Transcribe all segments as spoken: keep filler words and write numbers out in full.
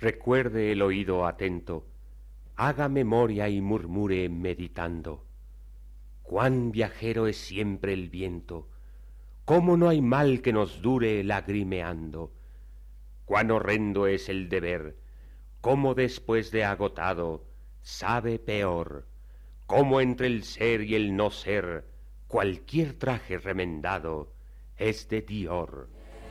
recuerde el oído atento, haga memoria y murmure meditando. Cuán viajero es siempre el viento, cómo no hay mal que nos dure lagrimeando. Cuán horrendo es el deber, cómo después de agotado sabe peor, cómo entre el ser y el no ser cualquier traje remendado es de Dior.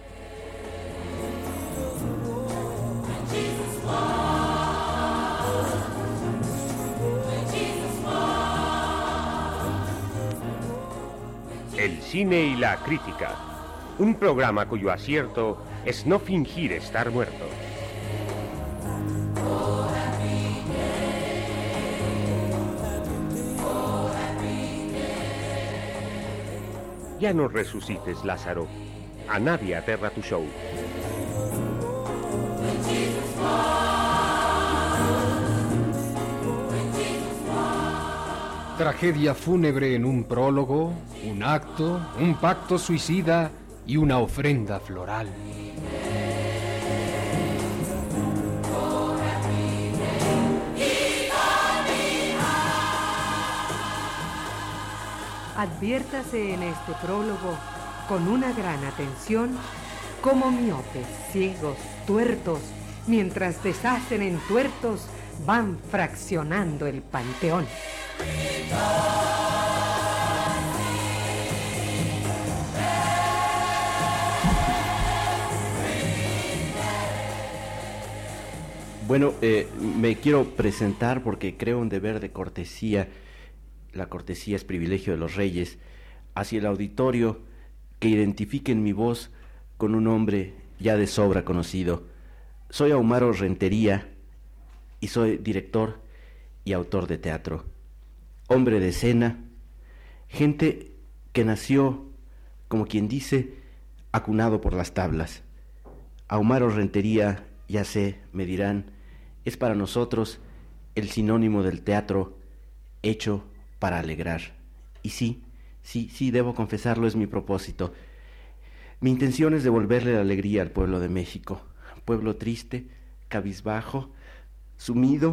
El cine y la crítica, un programa cuyo acierto es no fingir estar muerto. Ya no resucites, Lázaro. A nadie aterra tu show. Tragedia fúnebre en un prólogo, un acto, un pacto suicida y una ofrenda floral. Adviértase en este prólogo, con una gran atención, cómo miopes, ciegos, tuertos, mientras deshacen en tuertos, van fraccionando el panteón. Bueno, eh, me quiero presentar porque creo un deber de cortesía. La cortesía es privilegio de los reyes. Hacia el auditorio, que identifiquen mi voz con un hombre ya de sobra conocido. Soy Ahumaro Rentería y soy director y autor de teatro. Hombre de escena, gente que nació, como quien dice, acunado por las tablas. Ahumaro Rentería, ya sé, me dirán, es para nosotros el sinónimo del teatro hecho para alegrar. Y sí, sí, sí, debo confesarlo, es mi propósito. Mi intención es devolverle la alegría al pueblo de México, pueblo triste, cabizbajo, sumido,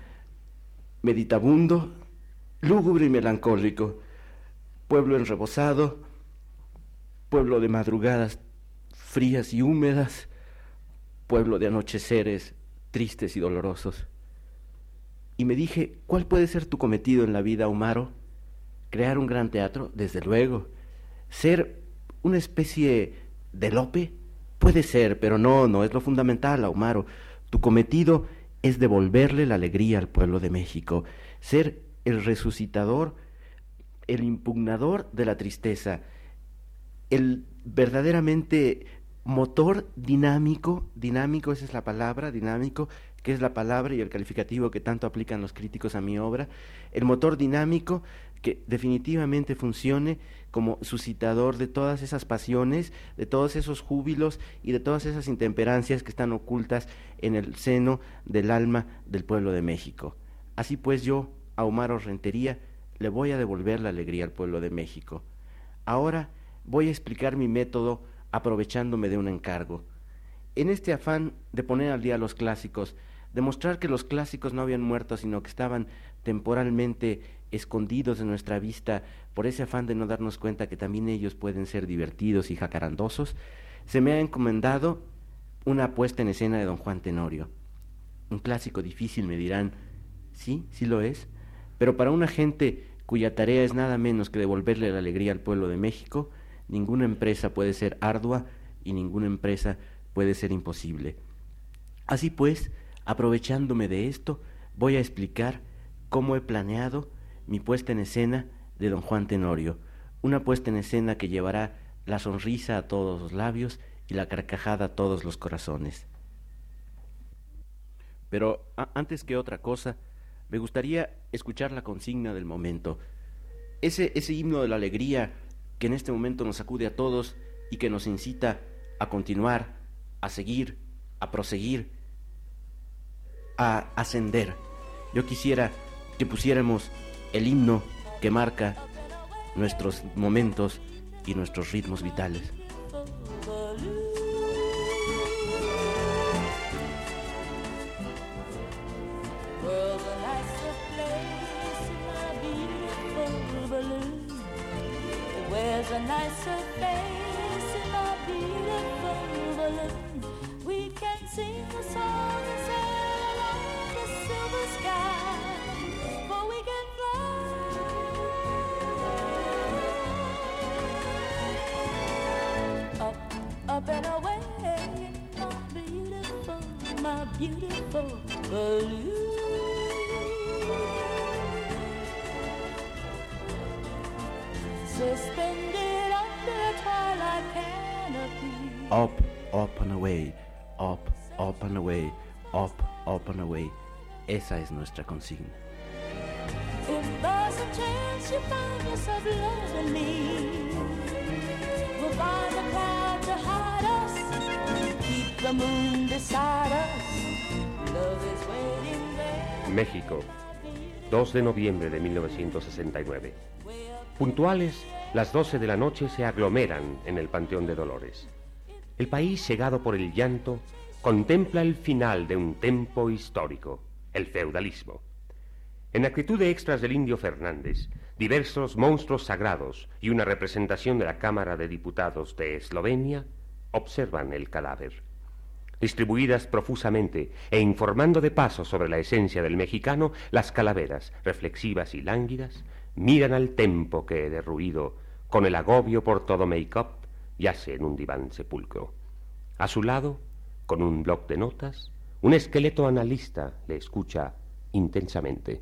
meditabundo, lúgubre y melancólico, pueblo enrebozado, pueblo de madrugadas frías y húmedas, pueblo de anocheceres tristes y dolorosos. Y me dije, ¿cuál puede ser tu cometido en la vida, Ahumaro? ¿Crear un gran teatro? Desde luego. ¿Ser una especie de Lope? Puede ser, pero no, no es lo fundamental, Ahumaro. Tu cometido es devolverle la alegría al pueblo de México, ser el resucitador, el impugnador de la tristeza, el verdaderamente motor dinámico, dinámico, esa es la palabra, dinámico, que es la palabra y el calificativo que tanto aplican los críticos a mi obra, el motor dinámico que definitivamente funcione como suscitador de todas esas pasiones, de todos esos júbilos y de todas esas intemperancias que están ocultas en el seno del alma del pueblo de México. Así pues yo, Ahumaro Rentería, le voy a devolver la alegría al pueblo de México. Ahora voy a explicar mi método aprovechándome de un encargo. En este afán de poner al día los clásicos, demostrar que los clásicos no habían muerto, sino que estaban temporalmente escondidos de nuestra vista por ese afán de no darnos cuenta que también ellos pueden ser divertidos y jacarandosos, se me ha encomendado una puesta en escena de Don Juan Tenorio. Un clásico difícil, me dirán. Sí, sí lo es, pero para una gente cuya tarea es nada menos que devolverle la alegría al pueblo de México, ninguna empresa puede ser ardua y ninguna empresa puede ser imposible. Así pues, aprovechándome de esto, voy a explicar cómo he planeado mi puesta en escena de Don Juan Tenorio, una puesta en escena que llevará la sonrisa a todos los labios y la carcajada a todos los corazones. Pero a- antes que otra cosa, me gustaría escuchar la consigna del momento, ese, ese himno de la alegría que en este momento nos sacude a todos y que nos incita a continuar, a seguir, a proseguir, a ascender. Yo quisiera que pusiéramos el himno que marca nuestros momentos y nuestros ritmos vitales. World's a nicer place, my beautiful balloon. It wears a nicer face, my beautiful balloon. We can sing a song and sail along the silver sky, for we can fly up, up and away, my beautiful, my beautiful balloon. Suspended under a twilight canopy. Up, up and away, up, up and away, up, up and away. Esa es nuestra consigna. If by some chance you find yourself lonely, we'll find a cloud to hide us, keep the moon beside us. Love is waiting there. México, dos de noviembre de mil novecientos sesenta y nueve. Puntuales, las doce de la noche se aglomeran en el Panteón de Dolores. El país, cegado por el llanto, contempla el final de un tempo histórico, el feudalismo. En actitud de extras del Indio Fernández, diversos monstruos sagrados y una representación de la Cámara de Diputados de Eslovenia observan el cadáver. Distribuidas profusamente e informando de paso sobre la esencia del mexicano, las calaveras, reflexivas y lánguidas, miran al tempo que, derruido, con el agobio por todo make-up, yace en un diván sepulcro. A su lado, con un bloc de notas, un esqueleto analista le escucha intensamente.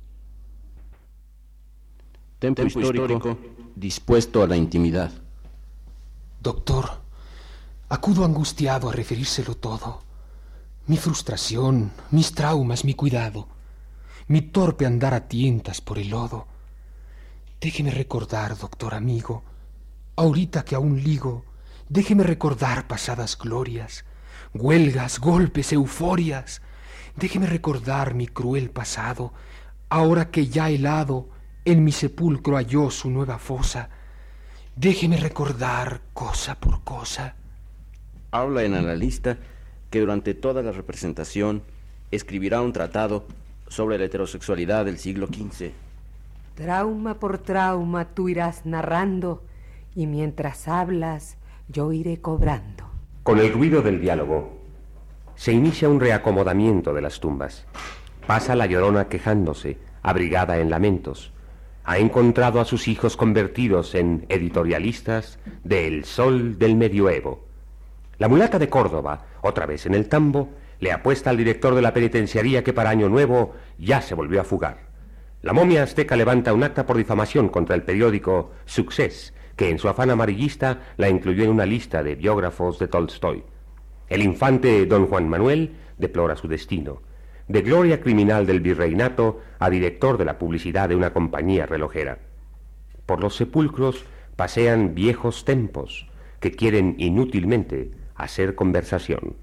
Tempo, tempo histórico, histórico dispuesto a la intimidad. Doctor, acudo angustiado a referírselo todo. Mi frustración, mis traumas, mi cuidado, mi torpe andar a tientas por el lodo. Déjeme recordar, doctor amigo, ahorita que aún ligo, déjeme recordar pasadas glorias, huelgas, golpes, euforias. Déjeme recordar mi cruel pasado, ahora que ya helado en mi sepulcro halló su nueva fosa. Déjeme recordar cosa por cosa. Habla en analista que durante toda la representación escribirá un tratado sobre la heterosexualidad del siglo quince. Trauma por trauma tú irás narrando, y mientras hablas yo iré cobrando. Con el ruido del diálogo se inicia un reacomodamiento de las tumbas. Pasa la Llorona quejándose, abrigada en lamentos. Ha encontrado a sus hijos convertidos en editorialistas de El Sol del Medioevo. La mulata de Córdoba, otra vez en el tambo, le apuesta al director de la penitenciaría que para Año Nuevo ya se volvió a fugar. La momia azteca levanta un acta por difamación contra el periódico Success, que en su afán amarillista la incluyó en una lista de biógrafos de Tolstoy. El infante don Juan Manuel deplora su destino. De gloria criminal del virreinato a director de la publicidad de una compañía relojera. Por los sepulcros pasean viejos tempos que quieren inútilmente hacer conversación.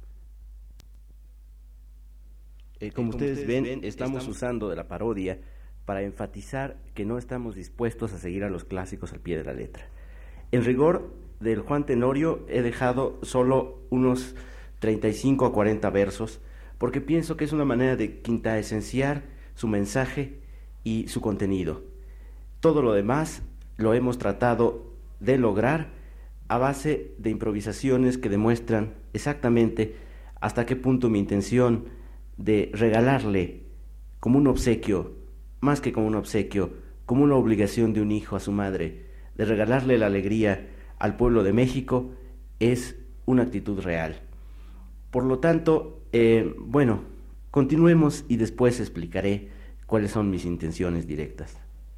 Eh, como ustedes ven, estamos usando de la parodia para enfatizar que no estamos dispuestos a seguir a los clásicos al pie de la letra. En rigor del Juan Tenorio he dejado solo unos treinta y cinco a cuarenta versos, porque pienso que es una manera de quintaesenciar su mensaje y su contenido. Todo lo demás lo hemos tratado de lograr a base de improvisaciones que demuestran exactamente hasta qué punto mi intención de regalarle como un obsequio, más que como un obsequio, como una obligación de un hijo a su madre, de regalarle la alegría al pueblo de México, es una actitud real. Por lo tanto, eh, bueno, continuemos y después explicaré cuáles son mis intenciones directas.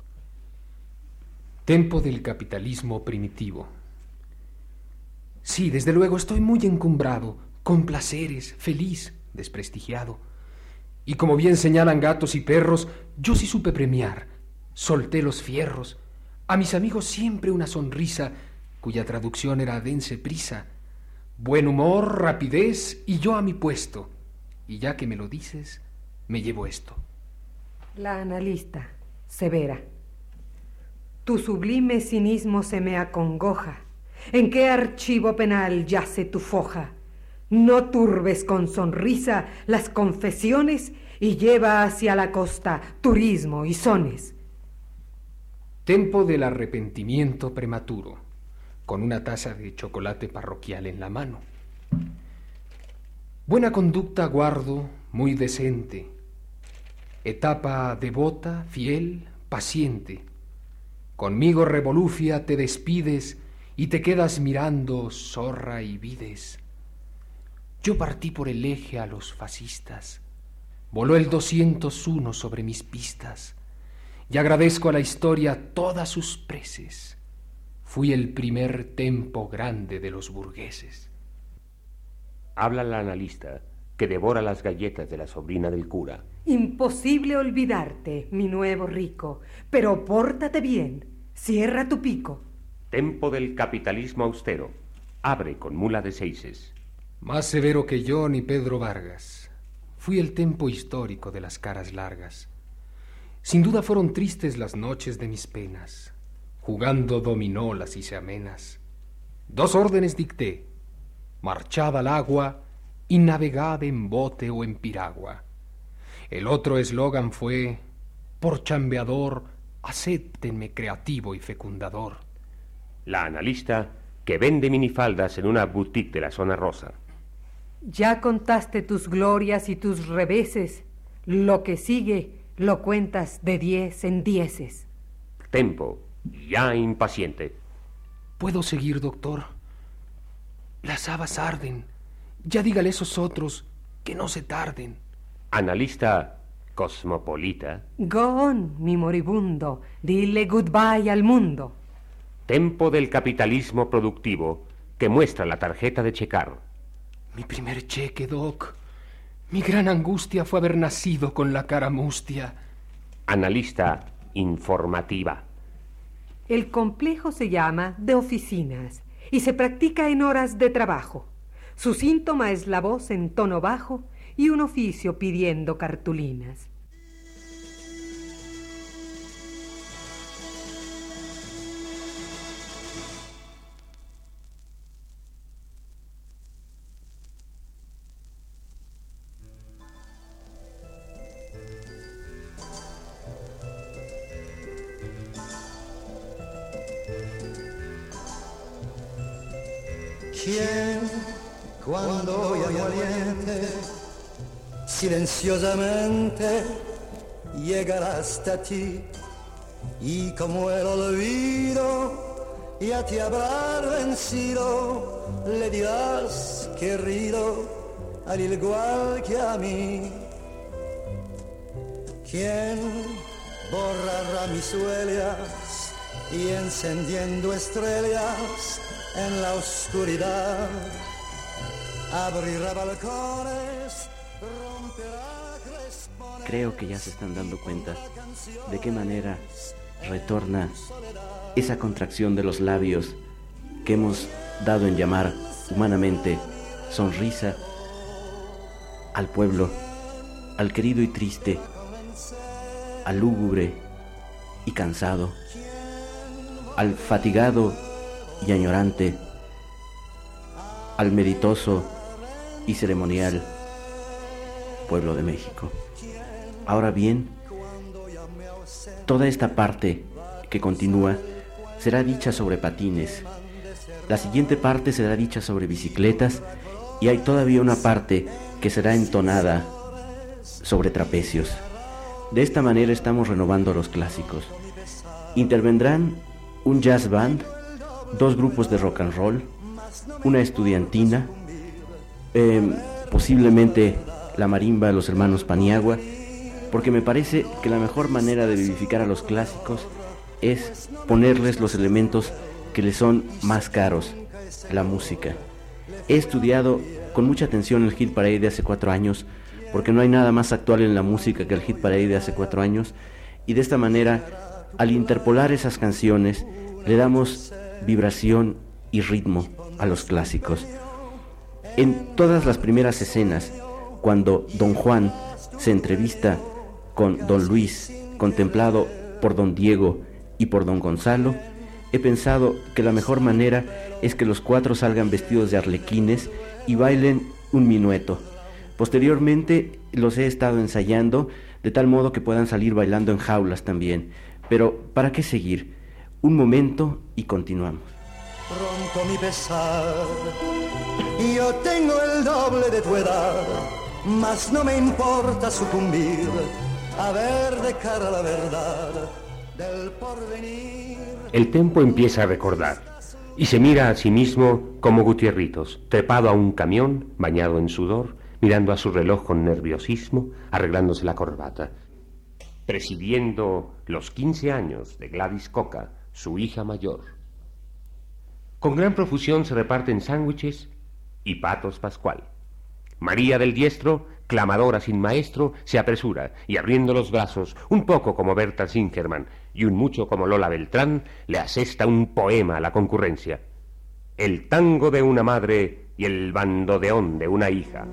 Tempo del capitalismo primitivo. Sí, desde luego estoy muy encumbrado, con placeres, feliz, desprestigiado. Y como bien señalan gatos y perros, yo sí supe premiar, solté los fierros. A mis amigos siempre una sonrisa, cuya traducción era dense prisa. Buen humor, rapidez y yo a mi puesto. Y ya que me lo dices, me llevo esto. La analista, severa. Tu sublime cinismo se me acongoja. ¿En qué archivo penal yace tu foja? No turbes con sonrisa las confesiones y lleva hacia la costa turismo y sones. Tempo del arrepentimiento prematuro, con una taza de chocolate parroquial en la mano. Buena conducta guardo, muy decente. Etapa devota, fiel, paciente. Conmigo revolufia te despides y te quedas mirando zorra y vides. Yo partí por el eje a los fascistas. Voló el doscientos uno sobre mis pistas. Y agradezco a la historia todas sus preces. Fui el primer tempo grande de los burgueses. Habla la analista, que devora las galletas de la sobrina del cura. Imposible olvidarte, mi nuevo rico, pero pórtate bien, cierra tu pico. Tempo del capitalismo austero, abre con mula de seises. Más severo que yo ni Pedro Vargas. Fui el tempo histórico de las caras largas. Sin duda fueron tristes las noches de mis penas, jugando dominó las hice amenas. Dos órdenes dicté: marchad al agua y navegad en bote o en piragua. El otro eslogan fue: por chambeador, acéptenme creativo y fecundador. La analista, que vende minifaldas en una boutique de la zona rosa. Ya contaste tus glorias y tus reveses. Lo que sigue lo cuentas de diez en dieces. Tempo, ya impaciente. ¿Puedo seguir, doctor? Las habas arden. Ya dígale a esos otros que no se tarden. Analista cosmopolita. Go on, mi moribundo. Dile goodbye al mundo. Tempo del capitalismo productivo, que muestra la tarjeta de checar. Mi primer cheque, Doc. Mi gran angustia fue haber nacido con la cara mustia. Analista informativa. El complejo se llama de oficinas y se practica en horas de trabajo. Su síntoma es la voz en tono bajo y un oficio pidiendo cartulinas. ¿Quién, cuando llamo aliente, silenciosamente llegará hasta ti? Y como el olvido ya te habrá vencido, le dirás, querido, al igual que a mí. ¿Quién borrará mis huellas y encendiendo estrellas en la oscuridad abrirá balcones, romperá crespones? Creo que ya se están dando cuenta de qué manera retorna esa contracción de los labios que hemos dado en llamar humanamente sonrisa al pueblo, al querido y triste, al lúgubre y cansado, al fatigado y añorante, al meditoso y ceremonial pueblo de México. Ahora bien, toda esta parte que continúa será dicha sobre patines, la siguiente parte será dicha sobre bicicletas y hay todavía una parte que será entonada sobre trapecios. De esta manera estamos renovando los clásicos. Intervendrán un jazz band, dos grupos de rock and roll, una estudiantina, eh, posiblemente la marimba de los hermanos Paniagua, porque me parece que la mejor manera de vivificar a los clásicos es ponerles los elementos que les son más caros, la música. He estudiado con mucha atención el Hit Parade de hace cuatro años, porque no hay nada más actual en la música que el Hit Parade de hace cuatro años, y de esta manera, al interpolar esas canciones, le damos vibración y ritmo a los clásicos. En todas las primeras escenas, cuando Don Juan se entrevista con Don Luis, contemplado por Don Diego y por Don Gonzalo, he pensado que la mejor manera es que los cuatro salgan vestidos de arlequines y bailen un minueto. Posteriormente los he estado ensayando de tal modo que puedan salir bailando en jaulas también. Pero, ¿para qué seguir? Un momento y continuamos. Pronto mi pesar, yo tengo el doble de tu edad, mas no me importa sucumbir a ver de cara la verdad del porvenir. El tempo empieza a recordar y se mira a sí mismo como Gutierritos, trepado a un camión, bañado en sudor, mirando a su reloj con nerviosismo, arreglándose la corbata, presidiendo los quince años de Gladys Coca, su hija mayor. Con gran profusión se reparten sándwiches y patos Pascual. María del Diestro, clamadora sin maestro, se apresura y abriendo los brazos, un poco como Berta Singerman y un mucho como Lola Beltrán, le asesta un poema a la concurrencia. El tango de una madre y el bandoneón de una hija.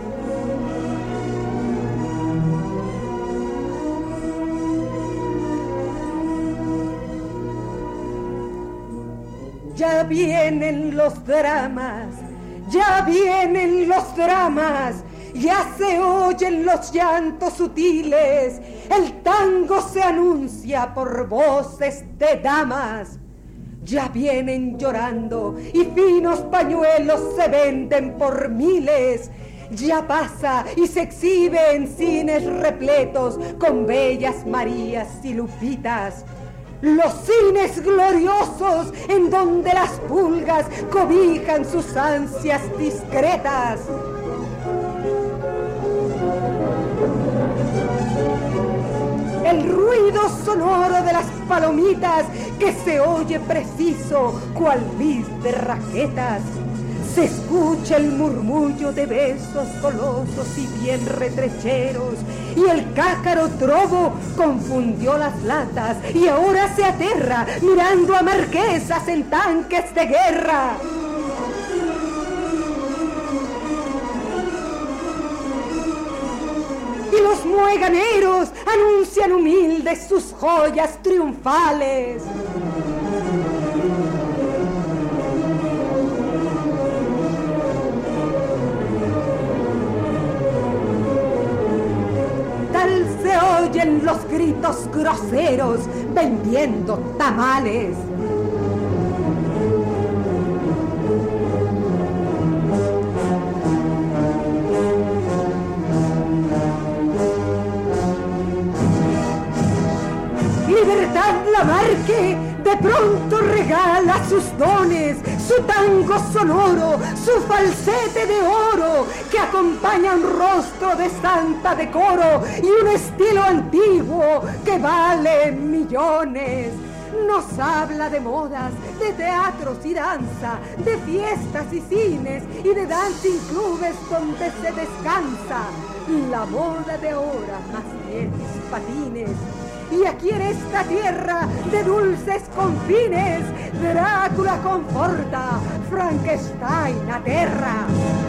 Ya vienen los dramas, ya vienen los dramas, ya se oyen los llantos sutiles, el tango se anuncia por voces de damas. Ya vienen llorando y finos pañuelos se venden por miles. Ya pasa y se exhibe en cines repletos con bellas Marías y Lupitas. Los cines gloriosos en donde las pulgas cobijan sus ansias discretas. El ruido sonoro de las palomitas que se oye preciso cual vis de raquetas. Se escucha el murmullo de besos golosos y bien retrecheros, y el cácaro trobo confundió las latas y ahora se aterra mirando a marquesas en tanques de guerra. Y los mueganeros anuncian humildes sus joyas triunfales. Se oyen los gritos groseros vendiendo tamales. Libertad Lamarque de pronto regala sus dones, su tango sonoro, su falsete de oro, que acompaña un rostro de santa decoro y un estilo antiguo que vale millones. Nos habla de modas, de teatros y danza, de fiestas y cines y de dancing clubes donde se descansa. La moda de ahora más bien es patines. Y aquí en esta tierra de dulces confines, Drácula conforta, Frankenstein aterra.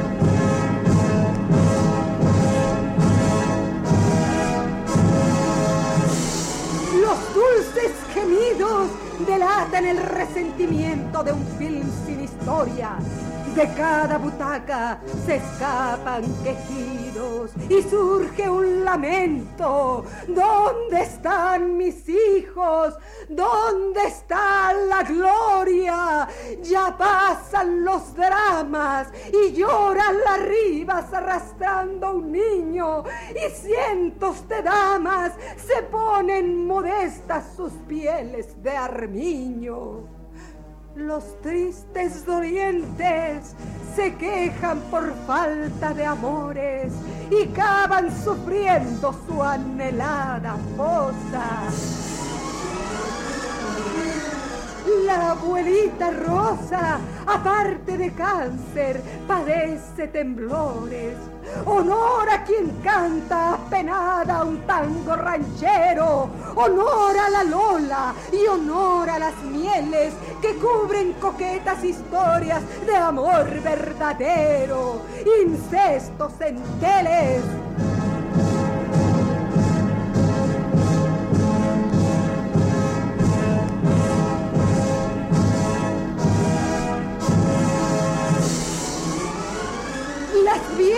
Los dulces gemidos delatan el resentimiento de un film sin historia. De cada butaca se escapan quejidos y surge un lamento. ¿Dónde están mis hijos? ¿Dónde está la gloria? Ya pasan los dramas y lloran las ribas arrastrando un niño, y cientos de damas se ponen modestas sus pieles de armiño. Los tristes dolientes se quejan por falta de amores y cavan sufriendo su anhelada fosa. La abuelita Rosa, aparte de cáncer, padece temblores. Honor a quien canta apenada un tango ranchero. Honor a la Lola y honor a las mieles que cubren coquetas historias de amor verdadero. Incestos en teles. Las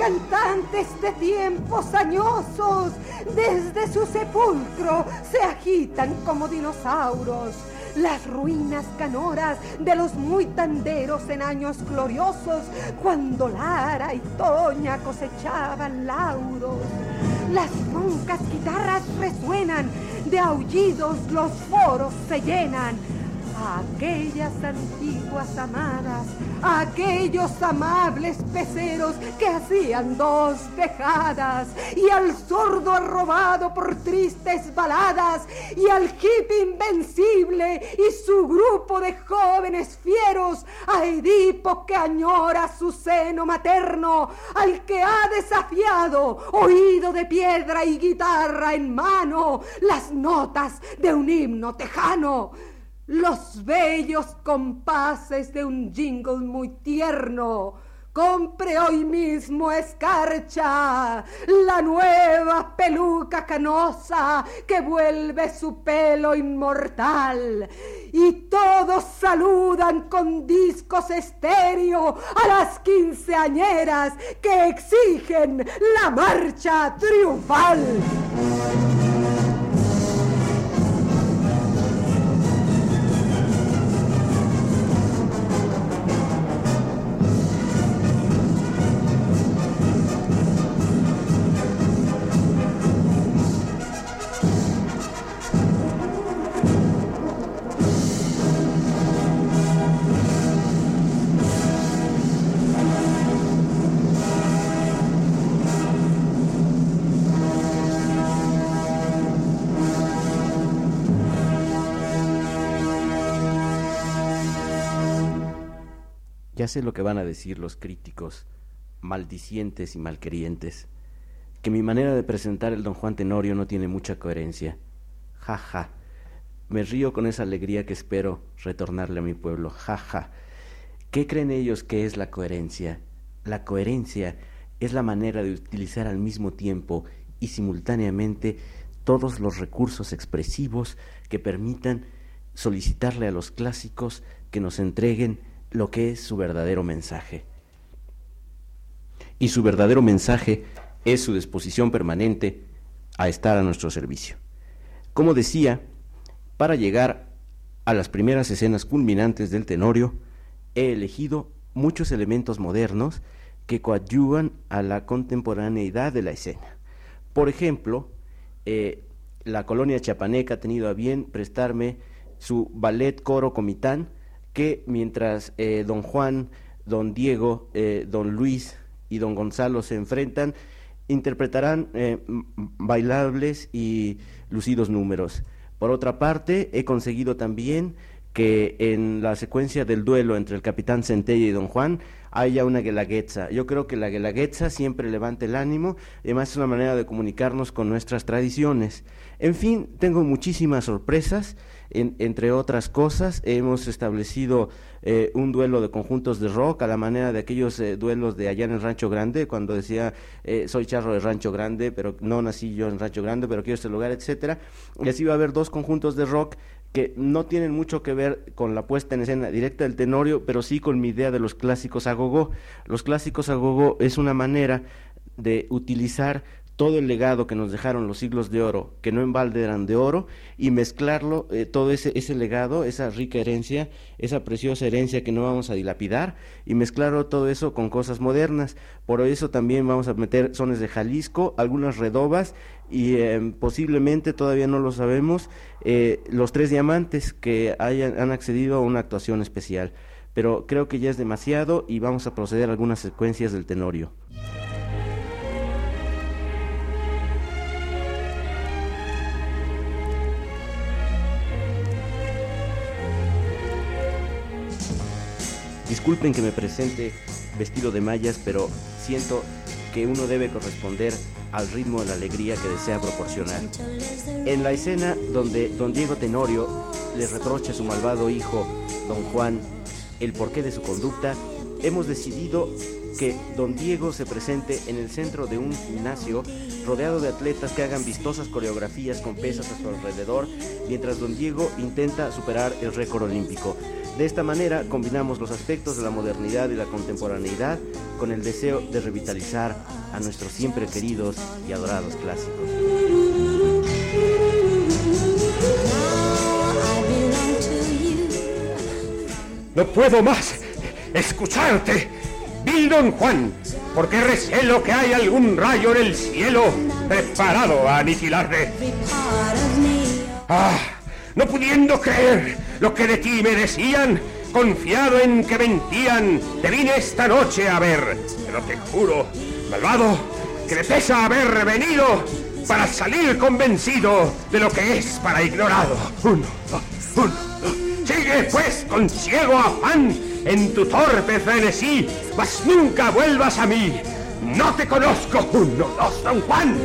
cantantes de tiempos añosos, desde su sepulcro se agitan como dinosaurios. Las ruinas canoras de los muy tanderos en años gloriosos, cuando Lara y Toña cosechaban lauros. Las roncas guitarras resuenan, de aullidos los foros se llenan. A aquellas antiguas amadas, a aquellos amables peceros que hacían dos tejadas, y al sordo arrobado por tristes baladas, y al hippie invencible y su grupo de jóvenes fieros, a Edipo que añora su seno materno, al que ha desafiado, oído de piedra y guitarra en mano, las notas de un himno tejano. Los bellos compases de un jingle muy tierno. Compre hoy mismo escarcha, la nueva peluca canosa que vuelve su pelo inmortal. Y todos saludan con discos estéreo a las quinceañeras que exigen la marcha triunfal. Ya sé lo que van a decir los críticos, maldicientes y malquerientes, que mi manera de presentar el Don Juan Tenorio no tiene mucha coherencia. Ja, ja. Me río con esa alegría que espero retornarle a mi pueblo. Ja, ja. ¿Qué creen ellos que es la coherencia? La coherencia es la manera de utilizar al mismo tiempo y simultáneamente todos los recursos expresivos que permitan solicitarle a los clásicos que nos entreguen lo que es su verdadero mensaje. Y su verdadero mensaje es su disposición permanente a estar a nuestro servicio. Como decía, para llegar a las primeras escenas culminantes del Tenorio, he elegido muchos elementos modernos que coadyuvan a la contemporaneidad de la escena. Por ejemplo, eh, la colonia chiapaneca ha tenido a bien prestarme su ballet coro Comitán, que mientras eh, don Juan, don Diego, eh, don Luis y don Gonzalo se enfrentan, interpretarán eh, bailables y lucidos números. Por otra parte, he conseguido también que en la secuencia del duelo entre el capitán Centella y don Juan haya una guelaguetza. Yo creo que la guelaguetza siempre levanta el ánimo, y además es una manera de comunicarnos con nuestras tradiciones. En fin, tengo muchísimas sorpresas. En, entre otras cosas, hemos establecido eh, un duelo de conjuntos de rock a la manera de aquellos eh, duelos de allá en el Rancho Grande, cuando decía, eh, soy charro de Rancho Grande, pero no nací yo en Rancho Grande, pero quiero este lugar, etcétera. Y así va a haber dos conjuntos de rock que no tienen mucho que ver con la puesta en escena directa del Tenorio, pero sí con mi idea de los clásicos a gogó. Los clásicos a gogó es una manera de utilizar todo el legado que nos dejaron los siglos de oro, que no en balde eran de oro, y mezclarlo, eh, todo ese, ese legado, esa rica herencia, esa preciosa herencia que no vamos a dilapidar, y mezclarlo todo eso con cosas modernas. Por eso también vamos a meter sones de Jalisco, algunas redobas, y eh, posiblemente, todavía no lo sabemos, eh, los Tres Diamantes que hayan, han accedido a una actuación especial. Pero creo que ya es demasiado y vamos a proceder a algunas secuencias del Tenorio. Disculpen que me presente vestido de mallas, pero siento que uno debe corresponder al ritmo de la alegría que desea proporcionar. En la escena donde don Diego Tenorio le reprocha a su malvado hijo, don Juan, el porqué de su conducta, hemos decidido que don Diego se presente en el centro de un gimnasio rodeado de atletas que hagan vistosas coreografías con pesas a su alrededor, mientras don Diego intenta superar el récord olímpico. De esta manera combinamos los aspectos de la modernidad y la contemporaneidad con el deseo de revitalizar a nuestros siempre queridos y adorados clásicos. No puedo más escucharte, vil Don Juan, porque recelo que hay algún rayo en el cielo preparado a aniquilarme. Ah, no pudiendo creer lo que de ti me decían, confiado en que mentían, te vine esta noche a ver. Pero te juro, malvado, que me pesa haber venido para salir convencido de lo que es para ignorado. Uno, dos, uno, dos. Sigue pues con ciego afán en tu torpe frenesí, mas nunca vuelvas a mí. No te conozco. Uno, dos, Don Juan.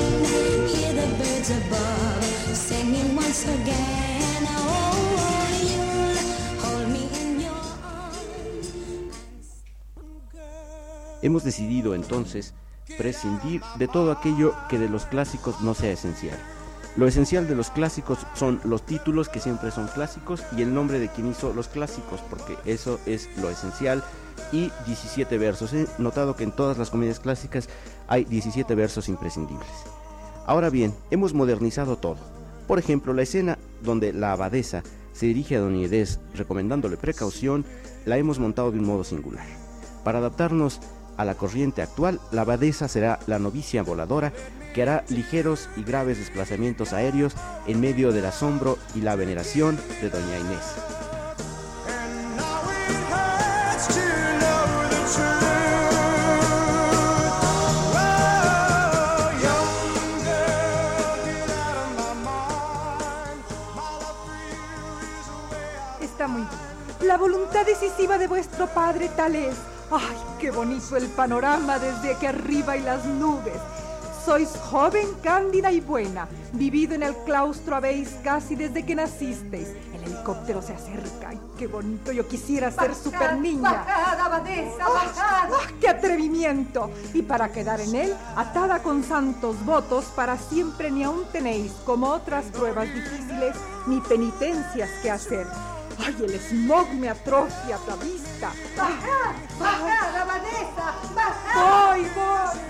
Hemos decidido entonces prescindir de todo aquello que de los clásicos no sea esencial. Lo esencial de los clásicos son los títulos, que siempre son clásicos, y el nombre de quien hizo los clásicos, porque eso es lo esencial, y diecisiete versos. He notado que en todas las comedias clásicas hay diecisiete versos imprescindibles. Ahora bien, hemos modernizado todo. Por ejemplo, la escena donde la abadesa se dirige a Doña Inés recomendándole precaución, la hemos montado de un modo singular. Para adaptarnos a la corriente actual, la abadesa será la novicia voladora que hará ligeros y graves desplazamientos aéreos en medio del asombro y la veneración de Doña Inés. Está muy bien. La voluntad decisiva de vuestro padre tal es. ¡Ay, qué bonito el panorama desde aquí arriba y las nubes! Sois joven, cándida y buena. Vivido en el claustro habéis casi desde que nacisteis. El helicóptero se acerca. ¡Ay, qué bonito! Yo quisiera ser super niña. ¡Bajad, abadesa, bajad! ¡Ah, qué atrevimiento! Y para quedar en él, atada con santos votos, para siempre ni aún tenéis, como otras pruebas difíciles, ni penitencias que hacer. ¡Ay, el smog me atrofia la vista! ¡Bajad, bajad, abadesa, bajad! ¡Voy, voy!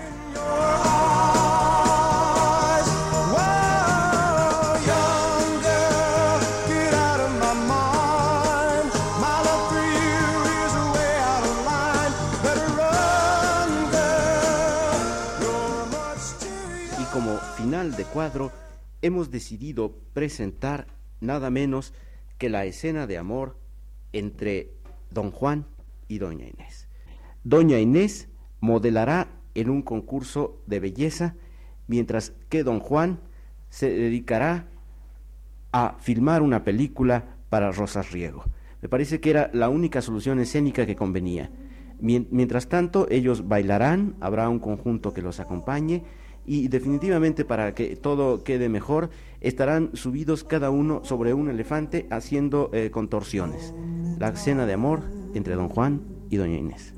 Y como final de cuadro, hemos decidido presentar nada menos que la escena de amor entre Don Juan y Doña Inés. Doña Inés modelará en un concurso de belleza, mientras que Don Juan se dedicará a filmar una película para Rosas Riego. Me parece que era la única solución escénica que convenía. Mientras tanto, ellos bailarán, habrá un conjunto que los acompañe, y definitivamente, para que todo quede mejor, estarán subidos cada uno sobre un elefante haciendo eh, contorsiones. La escena de amor entre Don Juan y Doña Inés.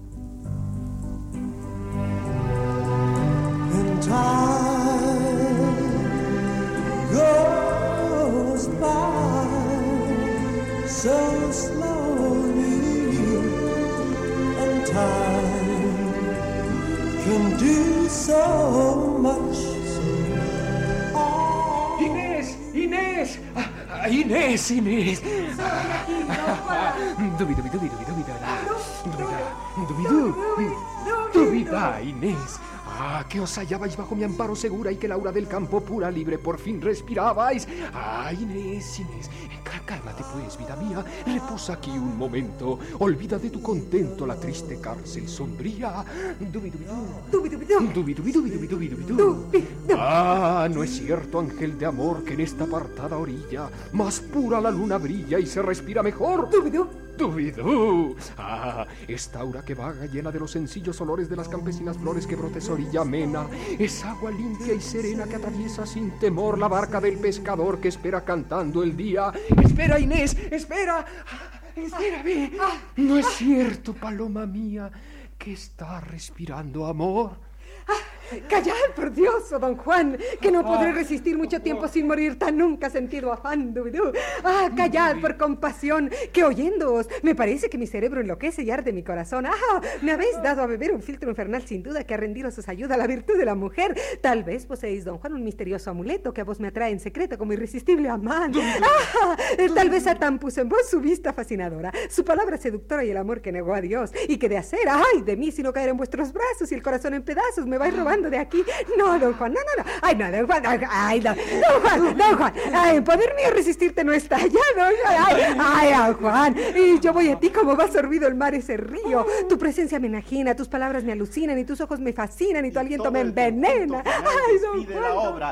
And time goes by so slowly, and time can do so much. Inés, Inés, ah, Inés, Inés. Dubi, dubi, dubi, dubi, dubi, dubi, dubi, dubi, dubi, Inés. Ah, que os hallabais bajo mi amparo segura y que Laura del campo pura libre por fin respirabais. Ah, Inés, Inés, cálmate pues, vida mía, reposa aquí un momento, olvida de tu contento la triste cárcel sombría. Dubi, dubi, Dubi, dubi, du. dubi, dubi, dubi, dubi, dubi, dubi, Dubi, du. Ah, no es cierto, ángel de amor, que en esta apartada orilla más pura la luna brilla y se respira mejor. Dubi, du. Dubidú. Ah, esta aura que vaga llena de los sencillos olores de las campesinas flores que brotes orilla amena, es agua limpia y serena que atraviesa sin temor la barca del pescador que espera cantando el día. Espera, Inés, espera, espérame. No es cierto, paloma mía, que está respirando amor. Callad, por Dios, oh don Juan, que no podré resistir mucho tiempo sin morir tan nunca sentido afán, dubidú. Ah, callad por compasión, que oyéndoos me parece que mi cerebro enloquece y arde mi corazón. Ah, me habéis dado a beber un filtro infernal sin duda que a rendiros os ayuda la virtud de la mujer. Tal vez poseéis, don Juan, un misterioso amuleto que a vos me atrae en secreto como irresistible amán. Ah, tal vez Satán puso en vos su vista fascinadora, su palabra seductora y el amor que negó a Dios, y que de hacer, ay, de mí si no caer en vuestros brazos y el corazón en pedazos me vais robando de aquí. No, don Juan, no, no, no. Ay, no, don Juan, ay, no. Don Juan, don Juan, ay, en poder mío resistirte no está ya, don Ay, ay, don Juan, y yo voy a ti como va sorbido el mar ese río. Tu presencia me enajena, tus palabras me alucinan y tus ojos me fascinan y tu aliento me envenena. Ay, don Juan,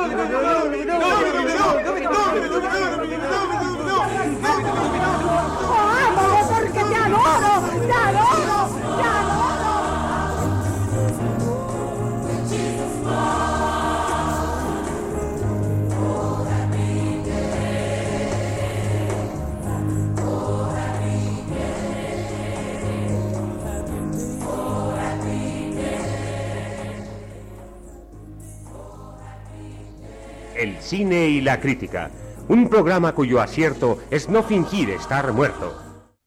¡vamos, porque te adoro! ¡Te adoro! ¡Te adoro! El cine y la crítica, un programa cuyo acierto es no fingir estar muerto.